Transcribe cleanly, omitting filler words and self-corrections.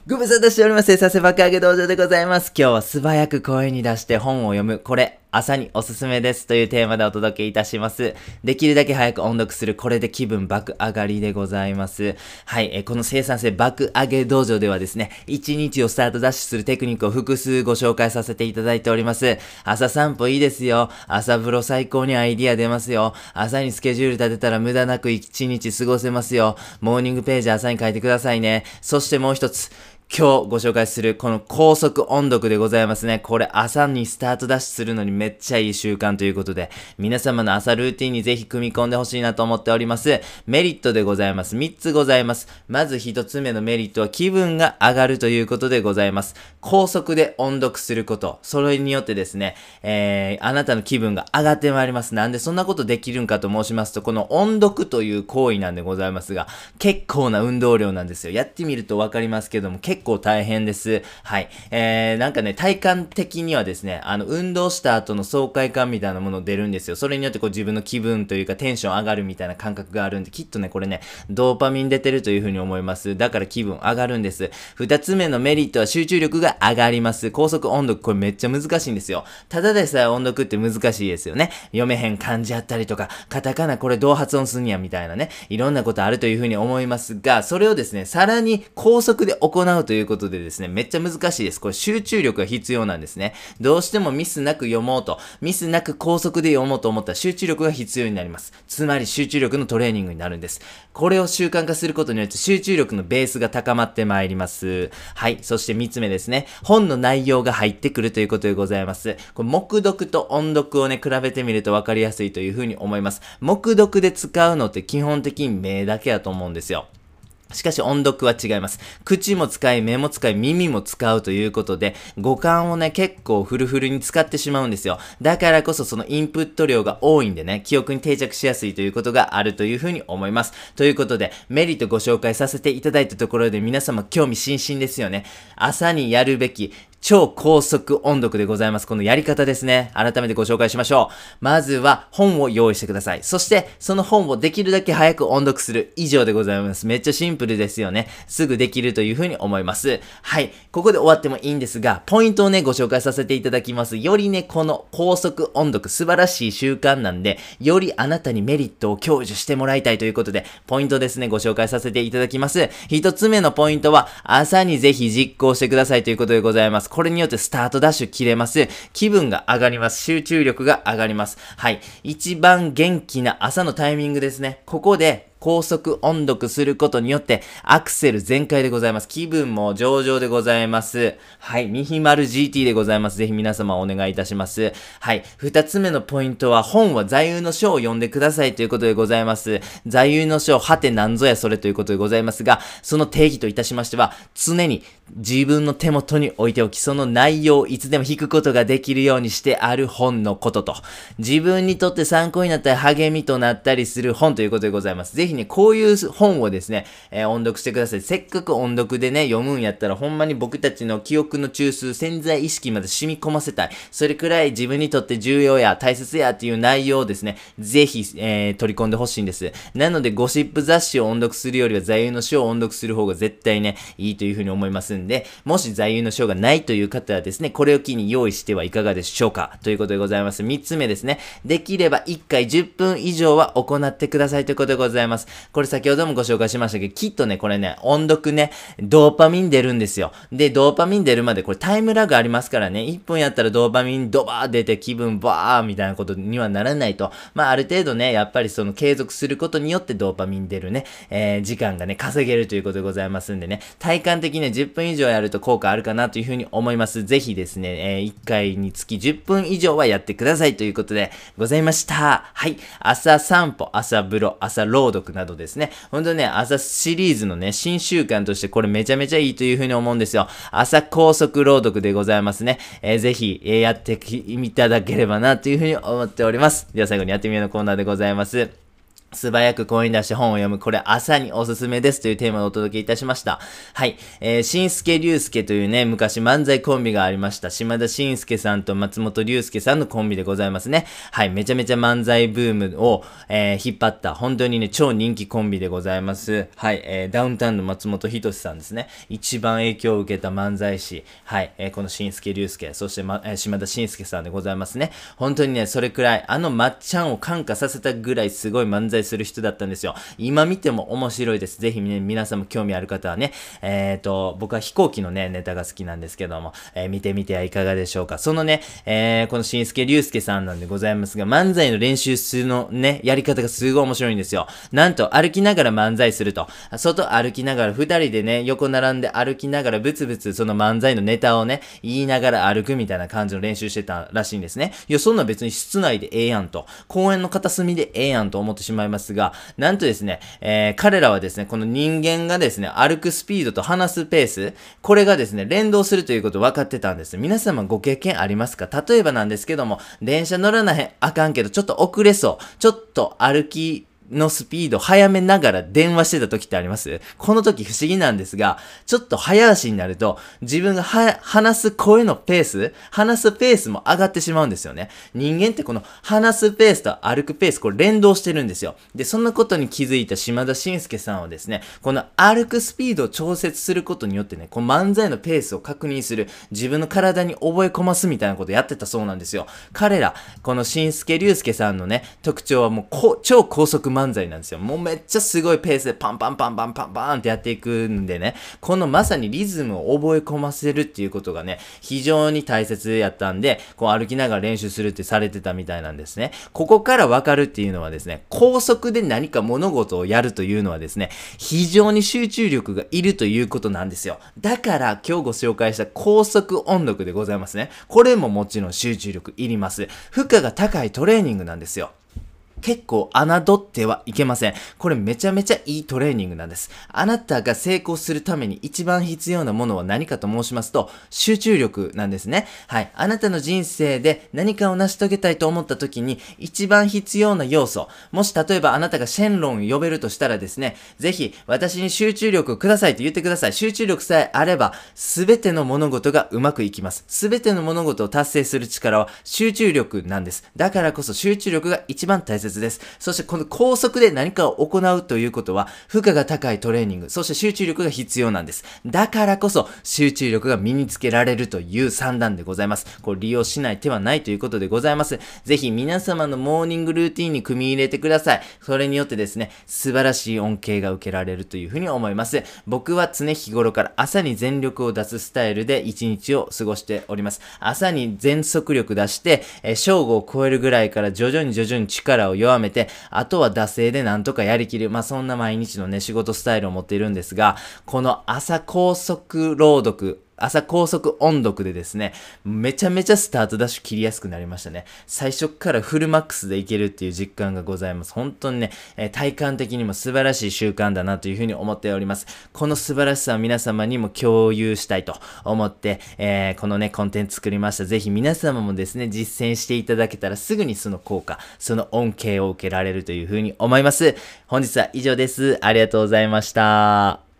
ご無沙汰しております。させ爆上げ道場でございます。今日は素早く声に出して本を読む。これ、朝におすすめですというテーマでお届けいたします。できるだけ早く音読する。これで気分爆上がりでございます。はい、この生産性爆上げ道場ではですね、1日をスタートダッシュするテクニックを複数ご紹介させていただいております。朝散歩いいですよ。朝風呂最高にアイディア出ますよ。朝にスケジュール立てたら無駄なく1日過ごせますよ。モーニングページ朝に書いてくださいね。そしてもう一つ。今日ご紹介するこの高速音読でございますね。これ朝にスタートダッシュするのにめっちゃいい習慣ということで、皆様の朝ルーティンにぜひ組み込んでほしいなと思っております。メリットでございます。3つございます。まず1つ目のメリットは気分が上がるということでございます。高速で音読すること。それによってですね、あなたの気分が上がってまいります。なんでそんなことできるんかと申しますと、この音読という行為なんでございますが、結構な運動量なんですよ。やってみるとわかりますけども、結構大変です。はい。なんかね、体感的にはですね、運動した後の爽快感みたいなもの出るんですよ。それによってこう自分の気分というかテンション上がるみたいな感覚があるんで、きっとね、これね、ドーパミン出てるというふうに思います。だから気分上がるんです。二つ目のメリットは集中力が上がります。高速音読、これめっちゃ難しいんですよ。ただでさえ音読って難しいですよね。読めへん漢字あったりとか、カタカナこれどう発音すんやみたいなね、いろんなことあるというふうに思いますが、それをですね、さらに高速で行うということでですね、めっちゃ難しいです。これ集中力が必要なんですね。どうしてもミスなく読もうと、ミスなく高速で読もうと思ったら集中力が必要になります。つまり集中力のトレーニングになるんです。これを習慣化することによって集中力のベースが高まってまいります。はい。そして3つ目ですね。本の内容が入ってくるということでございます。これ黙読と音読をね、比べてみると分かりやすいというふうに思います。黙読で使うのって基本的に目だけだと思うんですよ。しかし音読は違います。口も使い、目も使い、耳も使うということで、五感をね、結構フルフルに使ってしまうんですよ。だからこそそのインプット量が多いんでね、記憶に定着しやすいということがあるというふうに思います。ということで、メリットご紹介させていただいたところで皆様興味津々ですよね。朝にやるべき、超高速音読でございます。このやり方ですね。改めてご紹介しましょう。まずは本を用意してください。そしてその本をできるだけ早く音読する以上でございます。めっちゃシンプルですよね。すぐできるというふうに思います。はい。ここで終わってもいいんですが、ポイントをね、ご紹介させていただきます。よりね、この高速音読素晴らしい習慣なんで、よりあなたにメリットを享受してもらいたいということで、ポイントですね、ご紹介させていただきます。一つ目のポイントは、朝にぜひ実行してくださいということでございます。これによってスタートダッシュ切れます。気分が上がります。集中力が上がります。はい。一番元気な朝のタイミングですね。ここで、高速音読することによってアクセル全開でございます。気分も上々でございます。はい。ミヒマル GT でございます。ぜひ皆様お願いいたします。はい。二つ目のポイントは本は座右の書を読んでくださいということでございます。座右の書、はてなんぞやそれということでございますが、その定義といたしましては、常に自分の手元に置いておき、その内容をいつでも引くことができるようにしてある本のことと、自分にとって参考になったり励みとなったりする本ということでございます。ぜひね、こういう本をですね、音読してください。せっかく音読でね、読むんやったら、ほんまに僕たちの記憶の中枢、潜在意識まで染み込ませたい。それくらい自分にとって重要や大切やっていう内容をですね、ぜひ、取り込んでほしいんです。なので、ゴシップ雑誌を音読するよりは座右の書を音読する方が絶対ね、いいというふうに思いますんで、もし座右の書がないという方はですね、これを機に用意してはいかがでしょうかということでございます。3つ目ですね。できれば1回10分以上は行ってくださいということでございます。これ先ほどもご紹介しましたけど、きっとね、これね、音読ね、ドーパミン出るんですよ。で、ドーパミン出るまでこれタイムラグありますからね、1分やったらドーパミンドバー出て気分バーみたいなことにはならないと、まあある程度ね、やっぱりその継続することによってドーパミン出るね、時間がね、稼げるということでございますんでね、体感的に10分以上やると効果あるかなというふうに思います。ぜひですね、1回につき10分以上はやってくださいということでございました。はい。朝散歩、朝風呂、朝朗読などですね。ほんとね、朝シリーズのね、新習慣としてこれめちゃめちゃいいというふうに思うんですよ。朝高速朗読でございますね。ぜひ、やっていただければなというふうに思っております。では最後にやってみようのコーナーでございます。 素早く声に出して本を読む。これ朝におすすめですというテーマでお届けいたしました。はい。しんすけりゅうすけというね、昔漫才コンビがありました。島田紳介さんと松本龍介さんのコンビでございますね。はい。めちゃめちゃ漫才ブームを、引っ張った、本当にね、超人気コンビでございます。はい。ダウンタウンの松本人志さんですね。一番影響を受けた漫才師。はい。このしんすけりゅうすけ、そして、島田紳介さんでございますね。本当にね、それくらい、まっちゃんを感化させたぐらいすごい漫才する人だったんですよ。今見ても面白いです。ぜひね、皆さんも興味ある方はね、僕は飛行機のね、ネタが好きなんですけども、見てみてはいかがでしょうか。そのね、このしんすけりゅうすけさんなんでございますが、漫才の練習するのね、やり方がすごい面白いんですよ。なんと、歩きながら漫才すると。外歩きながら、二人でね、横並んで歩きながら、ブツブツその漫才のネタをね、言いながら歩くみたいな感じの練習してたらしいんですね。いや、そんな別に室内でええやんと。公園の片隅でええやんと思ってしまいますが、なんとですね、彼らはですね、この人間がですね、歩くスピードと話すペース、これがですね、連動するということ分かってたんです。皆様ご経験ありますか？例えばなんですけども、電車乗らなあかんけど、ちょっと遅れそう。ちょっと歩き、のスピード早めながら電話してた時ってあります？この時不思議なんですが、ちょっと早足になると、自分が話す声のペース、話すペースも上がってしまうんですよね。人間ってこの話すペースと歩くペース、これ連動してるんですよ。で、そんなことに気づいた島田紳介さんはですね、この歩くスピードを調節することによってね、この漫才のペースを確認する、自分の体に覚え込ますみたいなことやってたそうなんですよ。彼ら、この紳介龍介さんのね、特徴はもう超高速漫才なんですよ。もうめっちゃすごいペースでパンパンパンパンパンパンってやっていくんでね、このまさにリズムを覚え込ませるっていうことがね、非常に大切やったんで、こう歩きながら練習するってされてたみたいなんですね。ここからわかるっていうのはですね、高速で何か物事をやるというのはですね、非常に集中力がいるということなんですよ。だから今日ご紹介した高速音読でございますね。これももちろん集中力いります。負荷が高いトレーニングなんですよ。結構侮ってはいけません。これめちゃめちゃいいトレーニングなんです。あなたが成功するために一番必要なものは何かと申しますと、集中力なんですね。はい。あなたの人生で何かを成し遂げたいと思った時に一番必要な要素。もし例えばあなたがシェンロンを呼べるとしたらですね、ぜひ私に集中力をくださいと言ってください。集中力さえあれば、すべての物事がうまくいきます。すべての物事を達成する力は集中力なんです。だからこそ集中力が一番大切です。そしてこの高速で何かを行うということは負荷が高いトレーニング、そして集中力が必要なんです。だからこそ集中力が身につけられるという算段でございます。これ利用しない手はないということでございます。ぜひ皆様のモーニングルーティンに組み入れてください。それによってですね、素晴らしい恩恵が受けられるというふうに思います。僕は常日頃から朝に全力を出すスタイルで一日を過ごしております。朝に全速力出して、正午を超えるぐらいから徐々に力を弱めて、あとは惰性でなんとかやりきる。そんな毎日のね、仕事スタイルを持っているんですが、この朝高速朗読、朝高速音読でですね、めちゃめちゃスタートダッシュ切りやすくなりましたね。最初からフルマックスでいけるっていう実感がございます。本当にね、体感的にも素晴らしい習慣だなというふうに思っております。この素晴らしさを皆様にも共有したいと思って、このね、コンテンツ作りました。ぜひ皆様もですね、実践していただけたらすぐにその効果、その恩恵を受けられるというふうに思います。本日は以上です。ありがとうございました。